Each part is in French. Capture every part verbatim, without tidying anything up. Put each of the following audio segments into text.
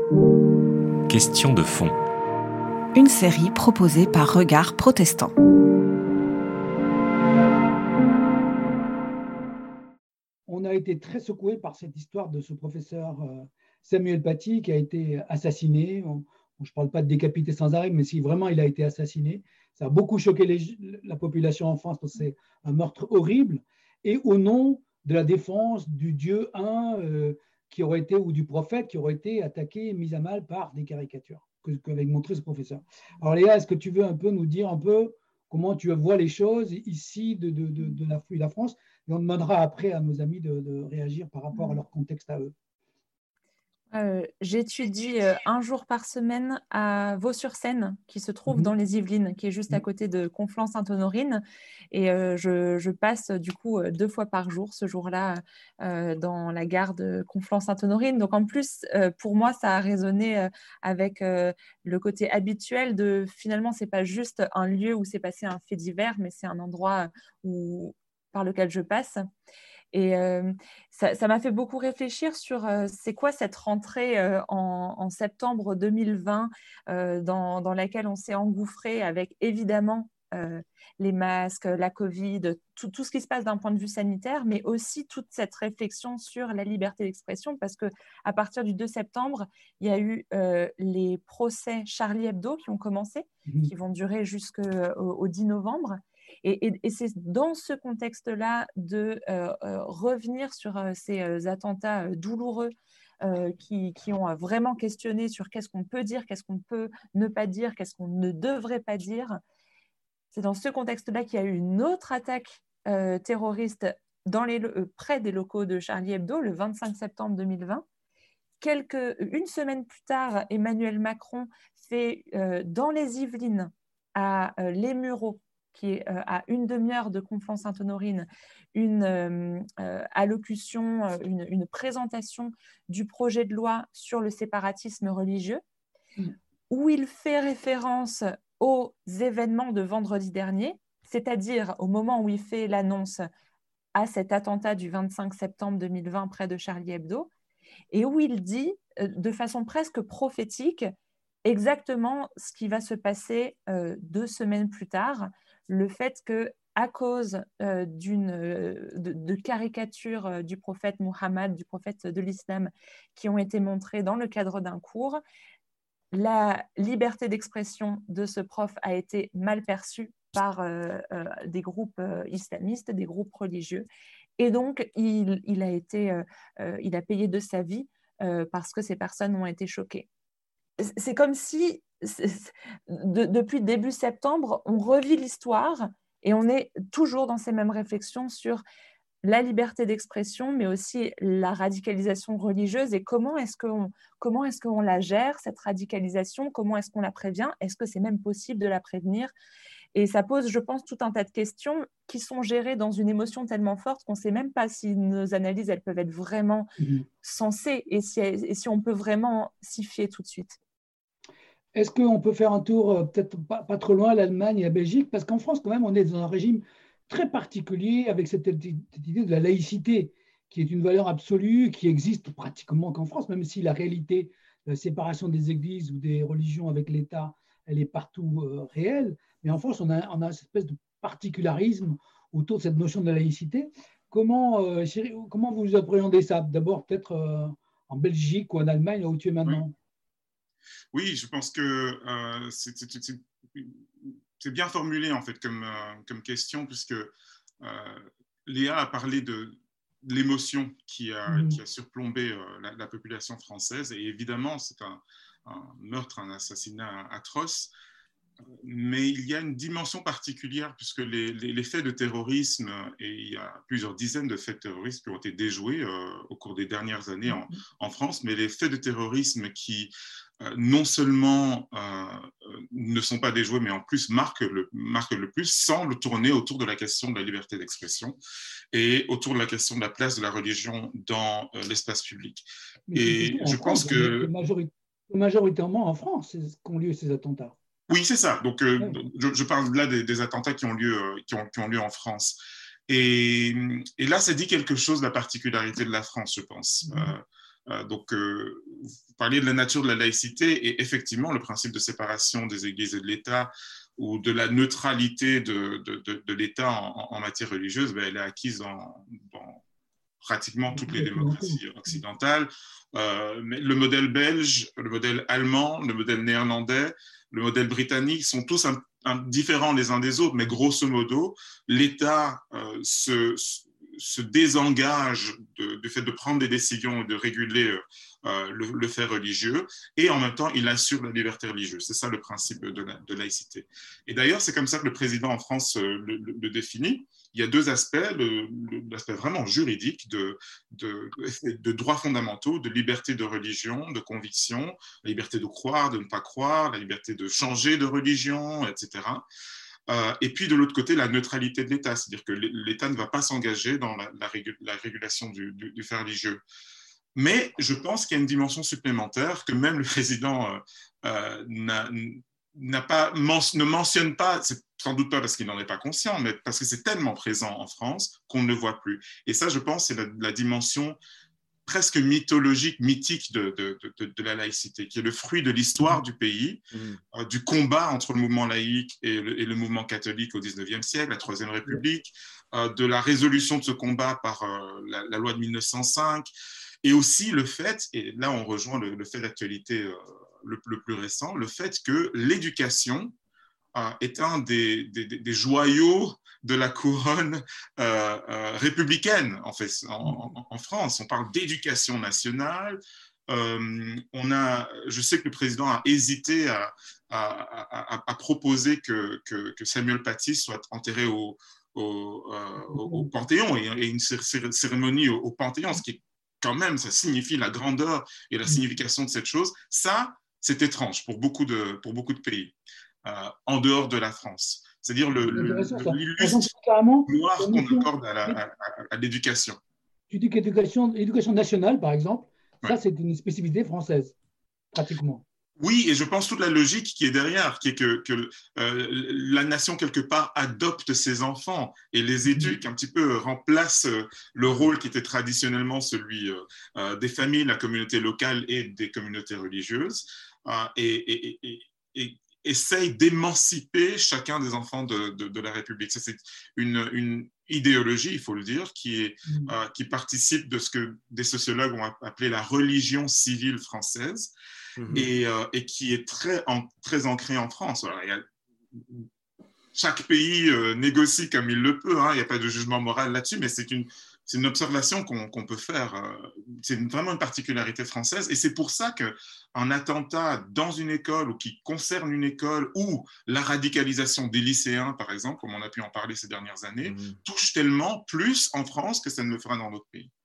Question de fond. Une série proposée par Regard Protestant. On a été très secoués par cette histoire de ce professeur euh, Samuel Paty qui a été assassiné. On, je ne parle pas de décapité sans arrêt, mais si vraiment il a été assassiné, ça a beaucoup choqué les, la population en France parce que c'est un meurtre horrible. Et au nom de la défense du Dieu un euh, qui aurait été, ou du prophète qui aurait été attaqué, mis à mal par des caricatures qu'avait montré ce professeur. Alors Léa, est-ce que tu veux un peu nous dire un peu comment tu vois les choses ici de, de, de, de la, la France? Et on demandera après à nos amis de, de réagir par rapport à leur contexte à eux. Euh, J'étudie euh, un jour par semaine à Vaux-sur-Seine, qui se trouve mmh. dans les Yvelines, qui est juste à côté de Conflans-Sainte-Honorine. Et euh, je, je passe du coup deux fois par jour, ce jour-là, euh, dans la gare de Conflans-Sainte-Honorine. Donc en plus, euh, pour moi, ça a résonné euh, avec euh, le côté habituel de finalement, c'est pas juste un lieu où s'est passé un fait divers, mais c'est un endroit où, par lequel je passe. Et euh, ça m'a fait beaucoup réfléchir sur euh, c'est quoi cette rentrée euh, en, en septembre deux mille vingt euh, dans, dans laquelle on s'est engouffré avec évidemment euh, les masques, la Covid, tout, tout ce qui se passe d'un point de vue sanitaire, mais aussi toute cette réflexion sur la liberté d'expression parce qu'à partir du deux septembre, il y a eu euh, les procès Charlie Hebdo qui ont commencé, mmh. qui vont durer jusqu'au au dix novembre. Et, et, et c'est dans ce contexte-là de euh, euh, revenir sur euh, ces euh, attentats euh, douloureux euh, qui, qui ont euh, vraiment questionné sur qu'est-ce qu'on peut dire, qu'est-ce qu'on peut ne pas dire, qu'est-ce qu'on ne devrait pas dire. C'est dans ce contexte-là qu'il y a eu une autre attaque euh, terroriste dans les, euh, près des locaux de Charlie Hebdo, le vingt-cinq septembre deux mille vingt. Quelques, une semaine plus tard, Emmanuel Macron fait euh, dans les Yvelines, à euh, Les Mureaux, qui est euh, à une demi-heure de Conflans-Sainte-Honorine, une euh, euh, allocution, euh, une, une présentation du projet de loi sur le séparatisme religieux, mmh. où il fait référence aux événements de vendredi dernier, c'est-à-dire au moment où il fait l'annonce à cet attentat du vingt-cinq septembre deux mille vingt près de Charlie Hebdo, et où il dit, euh, de façon presque prophétique, exactement ce qui va se passer euh, deux semaines plus tard, le fait qu'à cause euh, d'une, euh, de, de caricatures euh, du prophète Mohammed, du prophète de l'islam, qui ont été montrées dans le cadre d'un cours, la liberté d'expression de ce prof a été mal perçue par euh, euh, des groupes euh, islamistes, des groupes religieux. Et donc, il, il, a, été, euh, euh, il a payé de sa vie euh, parce que ces personnes ont été choquées. C'est comme si, c'est, de, depuis début septembre, on revit l'histoire et on est toujours dans ces mêmes réflexions sur la liberté d'expression, mais aussi la radicalisation religieuse et comment est-ce qu'on, comment est-ce qu'on la gère, cette radicalisation, comment est-ce qu'on la prévient, est-ce que c'est même possible de la prévenir? Et ça pose, je pense, tout un tas de questions qui sont gérées dans une émotion tellement forte qu'on ne sait même pas si nos analyses, elles peuvent être vraiment mmh. sensées et si, et si on peut vraiment s'y fier tout de suite. Est-ce qu'on peut faire un tour, peut-être pas, pas trop loin, à l'Allemagne et à la Belgique? Parce qu'en France, quand même, on est dans un régime très particulier avec cette, cette idée de la laïcité, qui est une valeur absolue, qui existe pratiquement qu'en France, même si la réalité de la séparation des églises ou des religions avec l'État, elle est partout euh, réelle. Mais en France, on a, on a cette espèce de particularisme autour de cette notion de la laïcité. Comment, euh, Cyril, comment vous appréhendez ça? D'abord, peut-être euh, en Belgique ou en Allemagne, là où tu es maintenant. Oui, oui, je pense que euh, c'est, c'est, c'est, c'est bien formulé en fait comme, euh, comme question, puisque euh, Léa a parlé de, de l'émotion qui a, mmh. qui a surplombé euh, la, la population française, et évidemment c'est un, un meurtre, un assassinat atroce. Mais il y a une dimension particulière puisque les, les, les faits de terrorisme, et il y a plusieurs dizaines de faits de terrorisme qui ont été déjoués euh, au cours des dernières années en, en France, mais les faits de terrorisme qui euh, non seulement euh, ne sont pas déjoués, mais en plus marquent le, marquent le plus, semblent tourner autour de la question de la liberté d'expression et autour de la question de la place de la religion dans euh, l'espace public. Mais et je France, pense que... Majorité, majoritairement en France qu'ont lieu ces attentats. Oui, c'est ça. Donc, euh, oui. je, je parle là des, des attentats qui ont lieu, euh, qui ont, qui ont lieu en France. Et, et là, ça dit quelque chose de la particularité de la France, je pense. Mmh. Euh, Euh, donc, euh, vous parliez de la nature de la laïcité et effectivement, le principe de séparation des églises et de l'État ou de la neutralité de, de, de, de l'État en, en matière religieuse, ben, elle est acquise dans, dans pratiquement toutes les démocraties occidentales. Euh, mais le modèle belge, le modèle allemand, le modèle néerlandais, le modèle britannique sont tous un, un, différents les uns des autres, mais grosso modo, l'État euh, se, se désengage de, du fait de prendre des décisions et de réguler euh, le, le fait religieux, et en même temps, il assure la liberté religieuse. C'est ça le principe de, la, de laïcité. Et d'ailleurs, c'est comme ça que le président en France euh, le, le, le définit. Il y a deux aspects, le, l'aspect vraiment juridique de, de, de droits fondamentaux, de liberté de religion, de conviction, la liberté de croire, de ne pas croire, la liberté de changer de religion, et cetera. Euh, et puis de l'autre côté, la neutralité de l'État, c'est-à-dire que l'État ne va pas s'engager dans la, la, régul, la régulation du, du, du fait religieux. Mais je pense qu'il y a une dimension supplémentaire que même le président euh, euh, n'a, n'a pas, ne mentionne pas, c'est sans doute pas parce qu'il n'en est pas conscient, mais parce que c'est tellement présent en France qu'on ne le voit plus. Et ça, je pense, c'est la, la dimension presque mythologique, mythique de, de, de, de la laïcité, qui est le fruit de l'histoire du pays, mmh. euh, du combat entre le mouvement laïque et le, et le mouvement catholique au dix-neuvième siècle, la Troisième République, euh, de la résolution de ce combat par euh, la, la loi de mille neuf cent cinq, et aussi le fait, et là on rejoint le, le fait d'actualité euh, le, le plus récent, le fait que l'éducation euh, est un des, des, des joyaux de la couronne euh, euh, républicaine en, fait, en, en, en France. On parle d'éducation nationale. Euh, on a, je sais que le président a hésité à, à, à, à proposer que, que, que Samuel Paty soit enterré au, au, euh, au, au Panthéon et, et une cérémonie au, au Panthéon, ce qui est quand même, ça signifie la grandeur et la signification de cette chose. Ça, c'est étrange pour beaucoup de, pour beaucoup de pays, euh, en dehors de la France. C'est-à-dire le, le, l'illustre gloire qu'on accorde à, la, à, à, à l'éducation. Tu dis qu'éducation éducation nationale, par exemple, ouais. Ça, c'est une spécificité française, pratiquement. Oui, et je pense toute la logique qui est derrière, qui est que, que euh, la nation, quelque part, adopte ses enfants et les éduque, un petit peu remplace le rôle qui était traditionnellement celui euh, des familles, la communauté locale et des communautés religieuses, euh, et, et, et, et essaye d'émanciper chacun des enfants de, de, de la République. Ça, c'est une, une idéologie, il faut le dire, qui, est, mmh. euh, qui participe de ce que des sociologues ont appelé la religion civile française, mmh. et, euh, et qui est très, en, très ancrée en France. Alors, il y a, chaque pays euh, négocie comme il le peut, hein, il n'y a pas de jugement moral là-dessus, mais c'est une, c'est une observation qu'on, qu'on peut faire. C'est vraiment une particularité française, et c'est pour ça qu'un attentat dans une école ou qui concerne une école, ou la radicalisation des lycéens, par exemple, comme on a pu en parler ces dernières années, mmh. touche tellement plus en France que ça ne le fera dans d'autres pays.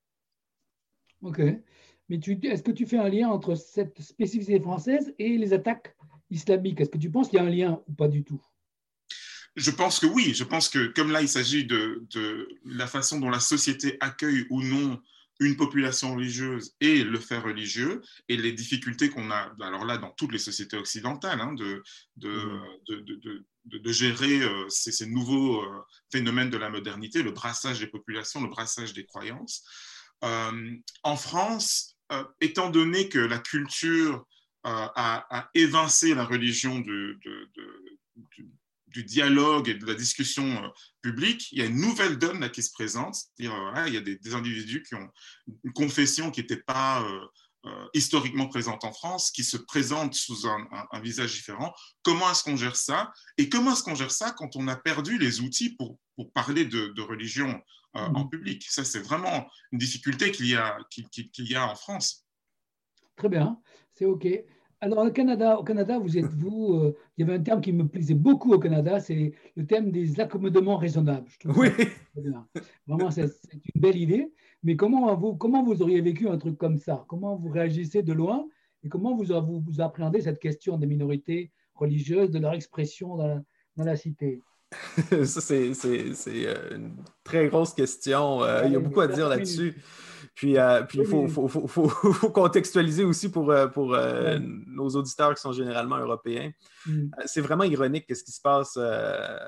Ok. Mais tu, est-ce que tu fais un lien entre cette spécificité française et les attaques islamiques? Est-ce que tu penses qu'il y a un lien ou pas du tout? Je pense que oui. Je pense que comme là, il s'agit de, de la façon dont la société accueille ou non une population religieuse et le fait religieux, et les difficultés qu'on a, alors là, dans toutes les sociétés occidentales, hein, de, de, mmh. de, de, de, de gérer euh, ces, ces nouveaux euh, phénomènes de la modernité, le brassage des populations, le brassage des croyances. Euh, en France, euh, étant donné que la culture euh, a, a évincé la religion de, de, de, de du dialogue et de la discussion euh, publique, il y a une nouvelle donne là, qui se présente. C'est-à-dire, euh, il y a des, des individus qui ont une confession qui n'était pas euh, euh, historiquement présente en France, qui se présentent sous un, un, un visage différent. Comment est-ce qu'on gère ça? Et comment est-ce qu'on gère ça quand on a perdu les outils pour, pour parler de, de religion euh, mmh. en public? Ça, c'est vraiment une difficulté qu'il y a, qu'il, qu'il y a en France. Très bien, c'est OK. Alors, au Canada, au Canada, vous êtes vous, euh, il y avait un terme qui me plaisait beaucoup au Canada, c'est le thème des accommodements raisonnables. Je trouve oui. Ça très bien. Vraiment, c'est, c'est une belle idée. Mais comment vous, comment vous auriez vécu un truc comme ça? Comment vous réagissez de loin? Et comment vous, vous, vous appréhendez cette question des minorités religieuses, de leur expression dans la, dans la cité? Ça, c'est, c'est, c'est une très grosse question. Euh, ouais, il y a beaucoup à dire là-dessus. Puis, euh, puis il faut, faut, faut, faut, faut contextualiser aussi pour, pour euh, ouais. nos auditeurs qui sont généralement européens. Mm. C'est vraiment ironique ce qui se passe euh,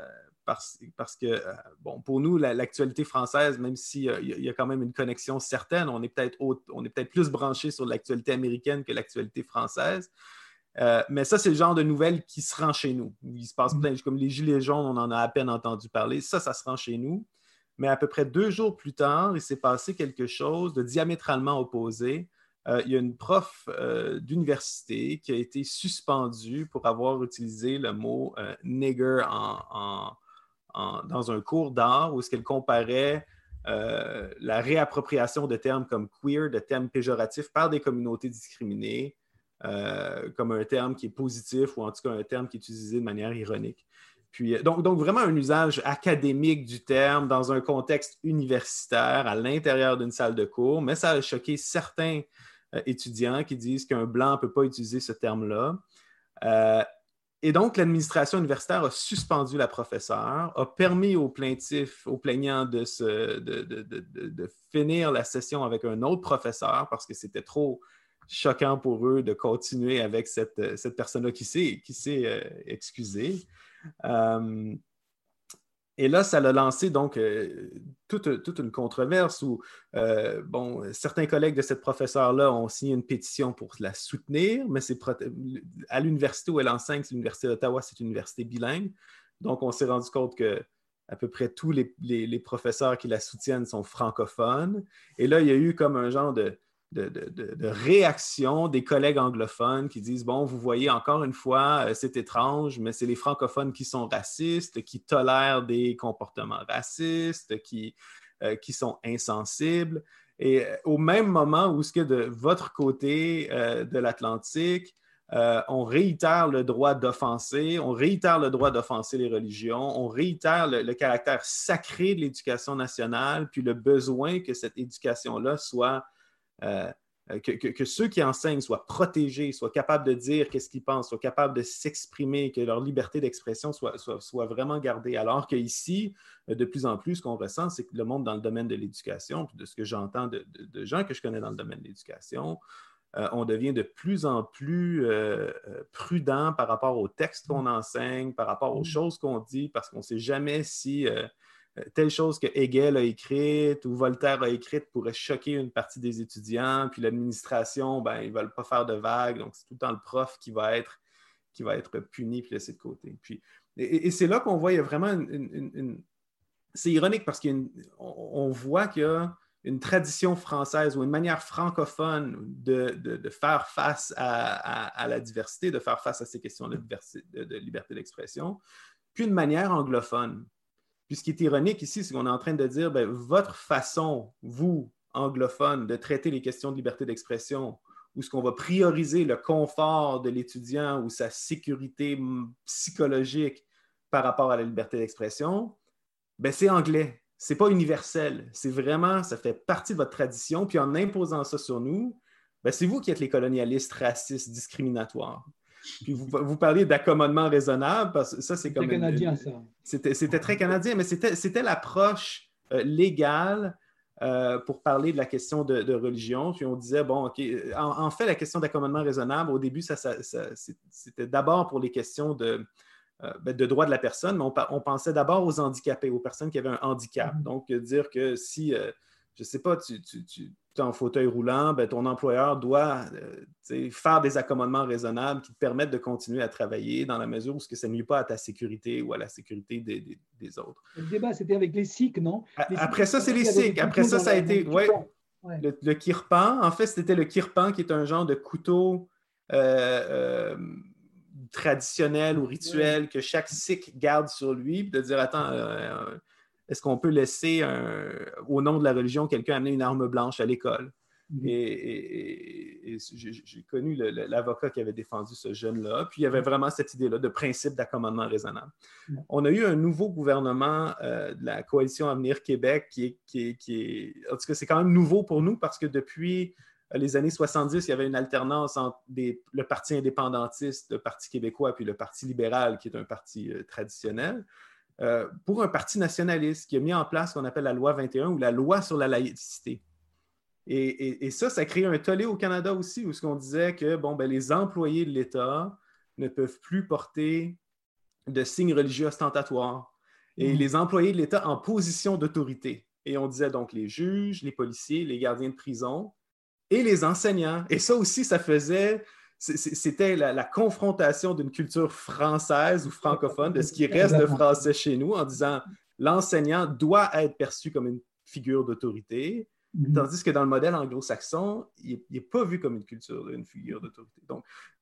parce, parce que, euh, bon, pour nous, la, l'actualité française, même s'il euh, y, y a quand même une connexion certaine, on est peut-être, haute, on est peut-être plus branché sur l'actualité américaine que l'actualité française. Euh, mais ça, c'est le genre de nouvelles qui se rend chez nous. Il se passe plein, comme les Gilets jaunes, on en a à peine entendu parler. Ça, ça se rend chez nous. Mais à peu près deux jours plus tard, il s'est passé quelque chose de diamétralement opposé. Euh, il y a une prof euh, d'université qui a été suspendue pour avoir utilisé le mot euh, « nigger » en, en, en, dans un cours d'art où est-ce qu'elle comparait euh, la réappropriation de termes comme « queer », de termes péjoratifs par des communautés discriminées, euh, comme un terme qui est positif ou en tout cas un terme qui est utilisé de manière ironique. Puis, donc, donc, vraiment un usage académique du terme dans un contexte universitaire à l'intérieur d'une salle de cours, mais ça a choqué certains euh, étudiants qui disent qu'un blanc ne peut pas utiliser ce terme-là. Euh, et donc, l'administration universitaire a suspendu la professeure, a permis aux plaintifs, aux plaignants de, se, de, de, de, de finir la session avec un autre professeur parce que c'était trop choquant pour eux de continuer avec cette, cette personne-là qui s'est, qui s'est euh, excusée. Euh, et là, ça l'a lancé donc euh, toute, toute une controverse où euh, bon, certains collègues de cette professeure-là ont signé une pétition pour la soutenir, mais c'est proté- à l'université où elle enseigne, c'est l'Université d'Ottawa, c'est une université bilingue. Donc, on s'est rendu compte que à peu près tous les, les, les professeurs qui la soutiennent sont francophones. Et là, il y a eu comme un genre de De, de, de réaction des collègues anglophones qui disent, bon, vous voyez, encore une fois, c'est étrange, mais c'est les francophones qui sont racistes, qui tolèrent des comportements racistes, qui, euh, qui sont insensibles. Et au même moment où ce que de votre côté euh, de l'Atlantique, euh, on réitère le droit d'offenser, on réitère le droit d'offenser les religions, on réitère le, le caractère sacré de l'éducation nationale, puis le besoin que cette éducation-là soit Euh, que, que, que ceux qui enseignent soient protégés, soient capables de dire qu'est-ce qu'ils pensent, soient capables de s'exprimer, que leur liberté d'expression soit, soit, soit vraiment gardée. Alors qu'ici, de plus en plus, ce qu'on ressent, c'est que le monde dans le domaine de l'éducation, puis de ce que j'entends de, de, de gens que je connais dans le domaine de l'éducation, euh, on devient de plus en plus euh, prudent par rapport aux textes qu'on enseigne, par rapport aux choses qu'on dit, parce qu'on ne sait jamais si... Euh, telle chose que Hegel a écrite ou Voltaire a écrite pourrait choquer une partie des étudiants, puis l'administration, ben, ils ne veulent pas faire de vagues, donc c'est tout le temps le prof qui va être, qui va être puni puis laissé de côté. Puis, et, et c'est là qu'on voit, il y a vraiment une... une, une... C'est ironique parce qu'on on voit qu'il y a une tradition française ou une manière francophone de, de, de faire face à, à, à la diversité, de faire face à ces questions de, de, de liberté d'expression, puis une manière anglophone. Puis ce qui est ironique ici, c'est qu'on est en train de dire, bien, votre façon, vous, anglophones, de traiter les questions de liberté d'expression, où est-ce qu'on va prioriser le confort de l'étudiant ou sa sécurité psychologique par rapport à la liberté d'expression, bien, c'est anglais. Ce n'est pas universel. C'est vraiment, ça fait partie de votre tradition. Puis en imposant ça sur nous, bien, c'est vous qui êtes les colonialistes racistes discriminatoires. Puis vous, vous parliez d'accommodement raisonnable, parce que ça, c'est comme... C'était canadien, une, ça. C'était, c'était très canadien, mais c'était, c'était l'approche euh, légale euh, pour parler de la question de, de religion. Puis on disait, bon, OK, en, en fait, la question d'accommodement raisonnable, au début, ça, ça, ça, c'était d'abord pour les questions de, euh, de droits de la personne, mais on, on pensait d'abord aux handicapés, aux personnes qui avaient un handicap. Mm-hmm. Donc, dire que si, euh, je ne sais pas, tu... tu, tu en fauteuil roulant, ben, ton employeur doit euh, faire des accommodements raisonnables qui te permettent de continuer à travailler dans la mesure où ce que ça ne nuit pas à ta sécurité ou à la sécurité des, des, des autres. Le débat, c'était avec les Sikhs, non? Les Après Sikhs, ça, c'est les Sikhs. Après ça, ça a été... Ouais, ouais. Le, le kirpan. En fait, c'était le kirpan qui est un genre de couteau euh, euh, traditionnel ou rituel ouais. que chaque Sikh garde sur lui, puis de dire, attends... Euh, est-ce qu'on peut laisser, un, au nom de la religion, quelqu'un amener une arme blanche à l'école? Mm-hmm. Et, et, et j'ai, j'ai connu le, le, l'avocat qui avait défendu ce jeune-là. Puis il y avait vraiment cette idée-là de principe d'accommodement raisonnable. Mm-hmm. On a eu un nouveau gouvernement euh, de la Coalition Avenir Québec qui est, qui, est, qui est... En tout cas, c'est quand même nouveau pour nous parce que depuis les années soixante-dix, il y avait une alternance entre des, le Parti indépendantiste, le Parti québécois, puis le Parti libéral, qui est un parti euh, traditionnel. Euh, pour un parti nationaliste qui a mis en place ce qu'on appelle la loi vingt et un ou la loi sur la laïcité. Et, et, et ça, ça a créé un tollé au Canada aussi, où ce qu'on disait que bon, ben, les employés de l'État ne peuvent plus porter de signes religieux ostentatoires. et Mmh. les employés de l'État en position d'autorité. Et on disait donc les juges, les policiers, les gardiens de prison et les enseignants. Et ça aussi, ça faisait... C'était la, la confrontation d'une culture française ou francophone, de ce qui reste de français chez nous, en disant l'enseignant doit être perçu comme une figure d'autorité, Mmh. tandis que dans le modèle anglo-saxon, il n'est pas vu comme une culture, une figure d'autorité. Donc,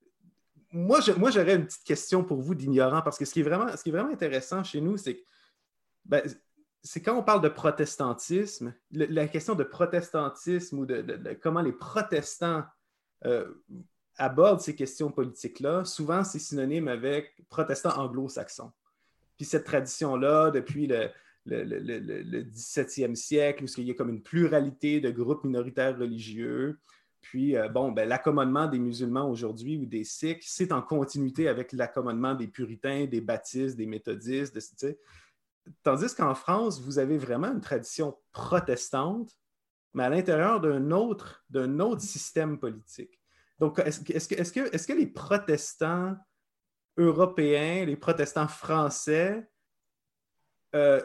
moi, je, moi, j'aurais une petite question pour vous d'ignorant, parce que ce qui est vraiment, ce qui est vraiment intéressant chez nous, c'est que ben, c'est quand on parle de protestantisme, le, la question de protestantisme ou de, de, de comment les protestants euh, abordent ces questions politiques-là, souvent c'est synonyme avec protestants anglo-saxons. Puis cette tradition-là, depuis le, le, le, le, le dix-septième siècle, où il y a comme une pluralité de groupes minoritaires religieux, puis euh, bon, ben, l'accommodement des musulmans aujourd'hui ou des sikhs, c'est en continuité avec l'accommodement des puritains, des baptistes, des méthodistes, de, tu sais. Tandis qu'en France, vous avez vraiment une tradition protestante, mais à l'intérieur d'un autre, d'un autre système politique. Donc, est-ce, est-ce, que, est-ce, que, est-ce que les protestants européens, les protestants français euh,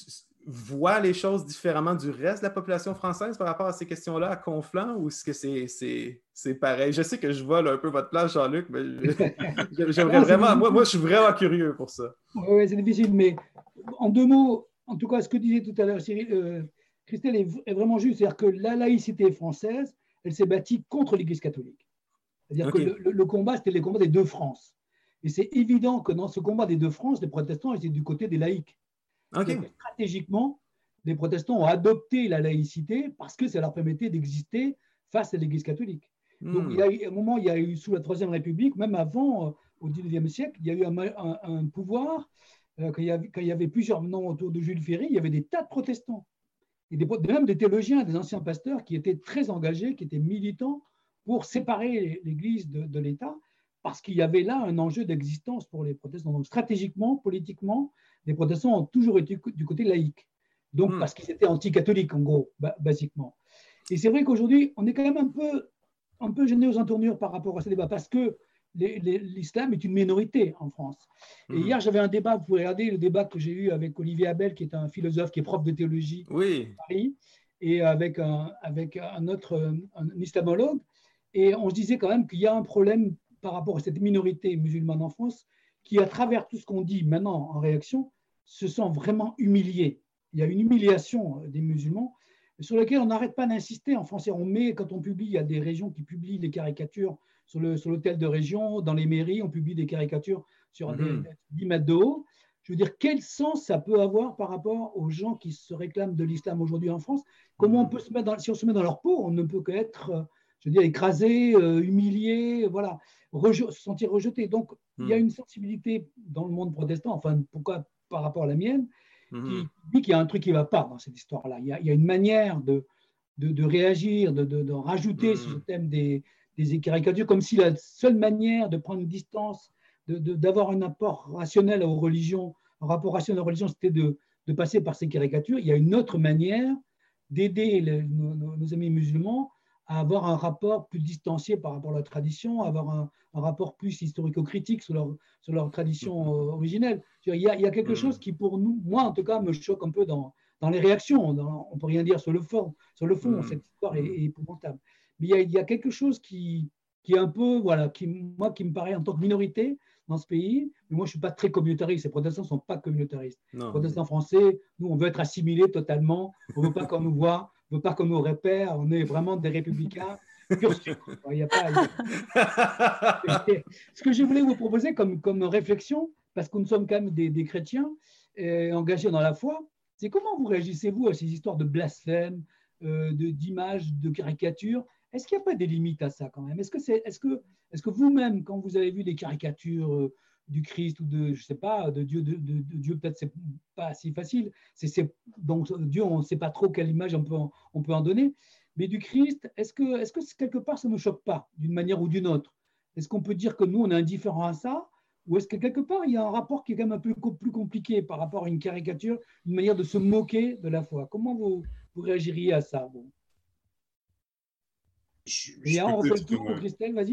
voient les choses différemment du reste de la population française par rapport à ces questions-là à Conflans, ou est-ce que c'est, c'est, c'est pareil? Je sais que je vole un peu votre place, Jean-Luc, mais je, j'aimerais Non, vraiment... Moi, moi, je suis vraiment curieux pour ça. Oui, ouais, c'est difficile, mais en deux mots, en tout cas, ce que disait tout à l'heure Cyril, euh, Christelle est, est vraiment juste. C'est-à-dire que la laïcité française, elle s'est bâtie contre l'Église catholique. C'est-à-dire okay. que le, le, le combat, c'était les combats des deux France. Et c'est évident que dans ce combat des deux France, les protestants étaient du côté des laïcs. Okay. Stratégiquement, les protestants ont adopté la laïcité parce que ça leur permettait d'exister face à l'Église catholique. Mm. Donc, il y a eu, à un moment, il y a eu, sous la Troisième République, même avant, euh, au dix-neuvième siècle, il y a eu un, un, un pouvoir, euh, quand, il y avait, quand il y avait plusieurs noms autour de Jules Ferry, il y avait des tas de protestants. Et des, même des théologiens, des anciens pasteurs qui étaient très engagés, qui étaient militants pour séparer l'Église de, de l'État, parce qu'il y avait là un enjeu d'existence pour les protestants. Donc, stratégiquement, politiquement, les protestants ont toujours été du côté laïque. Donc, mm. parce qu'ils étaient anti-catholiques, en gros, basiquement. Et c'est vrai qu'aujourd'hui, on est quand même un peu, un peu gêné aux entournures par rapport à ce débat, parce que les, les, l'islam est une minorité en France. Et mm. hier, j'avais un débat, vous pouvez regarder le débat que j'ai eu avec Olivier Abel, qui est un philosophe, qui est prof de théologie oui. à Paris, et avec un, avec un autre, un islamologue. Et on se disait quand même qu'il y a un problème par rapport à cette minorité musulmane en France, qui, à travers tout ce qu'on dit maintenant en réaction, se sent vraiment humiliée. Il y a une humiliation des musulmans sur laquelle on n'arrête pas d'insister. En français, on met, quand on publie, il y a des régions qui publient les caricatures sur, le, sur l'hôtel de région, dans les mairies, on publie des caricatures sur mmh. des, dix mètres de haut. Je veux dire, quel sens ça peut avoir par rapport aux gens qui se réclament de l'islam aujourd'hui en France? Comment mmh. on peut se mettre dans, si on se met dans leur peau, on ne peut qu'être, je veux dire, écrasé, euh, humilié, voilà, reje- se sentir rejeté. Donc, mmh. il y a une sensibilité dans le monde protestant, enfin, pourquoi par rapport à la mienne, mmh. qui dit qu'il y a un truc qui ne va pas dans cette histoire-là. Il y a, il y a une manière de, de, de réagir, de, de, de rajouter mmh. sur ce thème des, des caricatures, comme si la seule manière de prendre une distance, de, de, d'avoir un apport rationnel aux religions, un rapport rationnel aux religions, c'était de, de passer par ces caricatures. Il y a une autre manière d'aider les, nos, nos amis musulmans à avoir un rapport plus distancié par rapport à la tradition, à avoir un, un rapport plus historico-critique sur leur, sur leur tradition euh, originelle. Il y, a, il y a quelque mmh. chose qui, pour nous, moi en tout cas, me choque un peu dans, dans les réactions. Dans, on ne peut rien dire sur le fond. Sur le fond, mmh. cette histoire est, est épouvantable. Mais il y, a, il y a quelque chose qui, qui est un peu, voilà, qui, moi, qui me paraît en tant que minorité dans ce pays. Mais moi, je ne suis pas très communautariste. Les protestants ne sont pas communautaristes. Non. Les protestants français, nous, on veut être assimilés totalement. On ne veut pas qu'on nous voit. On ne veut pas qu'on nous repère, on est vraiment des républicains pur sucre. Il y a pas, il y a... Ce que je voulais vous proposer comme, comme réflexion, parce que nous sommes quand même des, des chrétiens euh, engagés dans la foi, c'est comment vous réagissez-vous à ces histoires de blasphème, euh, de, d'images, de caricatures? Est-ce qu'il n'y a pas des limites à ça quand même? Est-ce que, c'est, est-ce que, est-ce que vous-même, quand vous avez vu des caricatures euh, du Christ ou de, je sais pas, de Dieu, de, de, de Dieu, peut-être c'est pas si facile. C'est, c'est, donc Dieu, on ne sait pas trop quelle image on peut, en, on peut en donner. Mais du Christ, est-ce que, est-ce que quelque part ça ne choque pas d'une manière ou d'une autre? Est-ce qu'on peut dire que nous on est indifférent à ça, ou est-ce que quelque part il y a un rapport qui est quand même un peu plus compliqué par rapport à une caricature, une manière de se moquer de la foi? Comment vous, vous réagiriez à ça, vous? Je, Et je on refait le tour, tour, Christelle, vas-y.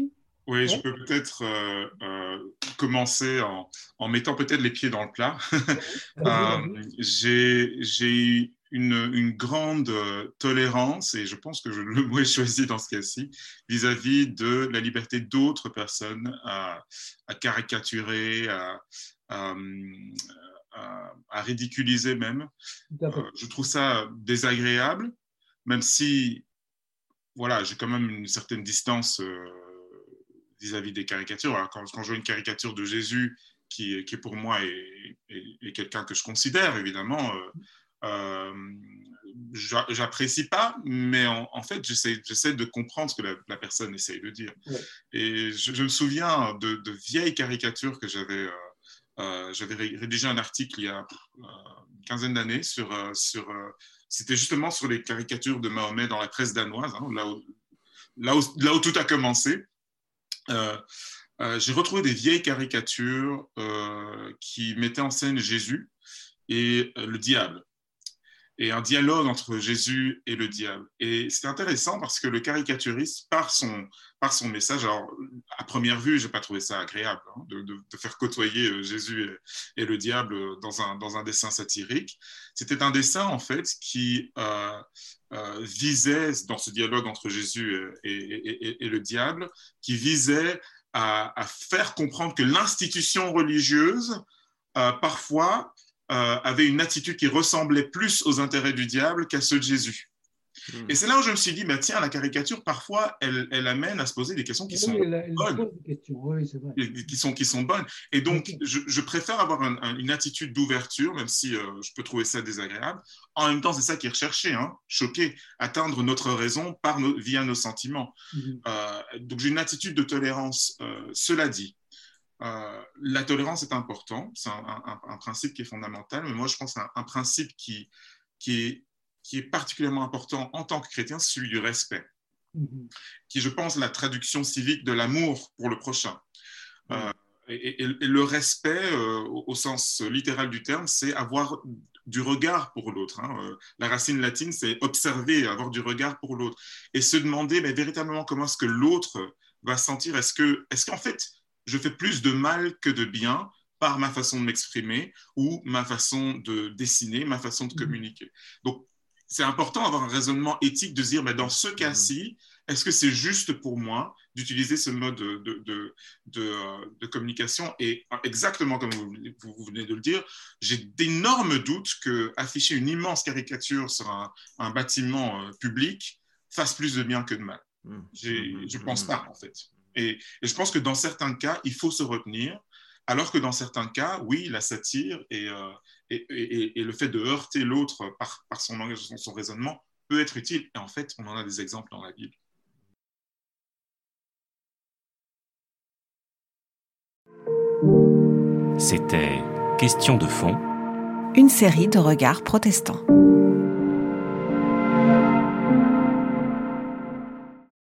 Oui, ouais. Je peux peut-être euh, euh, commencer en, en mettant peut-être les pieds dans le plat. euh, j'ai, j'ai une, une grande tolérance, et je pense que je, le mot est choisi dans ce cas-ci, vis-à-vis de la liberté d'autres personnes à, à caricaturer, à, à, à, à ridiculiser même. Euh, je trouve ça désagréable, même si, voilà, j'ai quand même une certaine distance euh, vis-à-vis des caricatures. Alors, quand, quand je vois une caricature de Jésus qui, qui pour moi est, est, est quelqu'un que je considère, évidemment, euh, euh, j'apprécie pas, mais en, en fait, j'essaie, j'essaie de comprendre ce que la, la personne essaye de dire. Ouais. Et je, je me souviens de, de vieilles caricatures que j'avais... Euh, Euh, j'avais rédigé un article il y a euh, une quinzaine d'années sur, euh, sur euh, c'était justement sur les caricatures de Mahomet dans la presse danoise, hein, là, où, là, où, là où tout a commencé. Euh, euh, j'ai retrouvé des vieilles caricatures euh, qui mettaient en scène Jésus et euh, le diable, et un dialogue entre Jésus et le diable. Et c'est intéressant parce que le caricaturiste, par son, par son message, alors à première vue, je n'ai pas trouvé ça agréable hein, de, de, de faire côtoyer Jésus et, et le diable dans un, dans un dessin satirique. C'était un dessin, en fait, qui euh, euh, visait, dans ce dialogue entre Jésus et, et, et, et le diable, qui visait à, à faire comprendre que l'institution religieuse, euh, parfois, Euh, avait une attitude qui ressemblait plus aux intérêts du diable qu'à ceux de Jésus. Mmh. Et c'est là où je me suis dit, bah, tiens, la caricature, parfois, elle, elle amène à se poser des questions qui oui, sont elle, elle bonnes. Des questions. Oui, c'est vrai. Qui sont, qui sont bonnes. Et donc, okay. je, je préfère avoir un, un, une attitude d'ouverture, même si euh, je peux trouver ça désagréable. En même temps, c'est ça qui est recherché, hein, choquer, atteindre notre raison par nos, via nos sentiments. Mmh. Euh, donc, j'ai une attitude de tolérance. Euh, cela dit, Euh, la tolérance est important, c'est un, un, un principe qui est fondamental, mais moi je pense à un, un principe qui, qui, est, qui est particulièrement important en tant que chrétien, c'est celui du respect, mm-hmm. qui je pense est la traduction civique de l'amour pour le prochain. Mm-hmm. Euh, et, et, et le respect, euh, au, au sens littéral du terme, c'est avoir du regard pour l'autre. Hein. Euh, la racine latine, c'est observer, avoir du regard pour l'autre. Et se demander mais, véritablement comment est-ce que l'autre va sentir, est-ce que, est-ce qu'en fait, je fais plus de mal que de bien par ma façon de m'exprimer ou ma façon de dessiner, ma façon de communiquer. Donc, c'est important d'avoir un raisonnement éthique, de se dire, mais dans ce cas-ci, est-ce que c'est juste pour moi d'utiliser ce mode de, de, de, de, de communication? Et exactement comme vous, vous venez de le dire, j'ai d'énormes doutes qu'afficher une immense caricature sur un, un bâtiment public fasse plus de bien que de mal. J'ai, je ne pense pas, en fait. Et, et je pense que dans certains cas, il faut se retenir, alors que dans certains cas, oui, la satire et, euh, et, et, et le fait de heurter l'autre par, par son langage, son, son raisonnement peut être utile. Et en fait, on en a des exemples dans la Bible. C'était Question de fond, une série de regards protestants.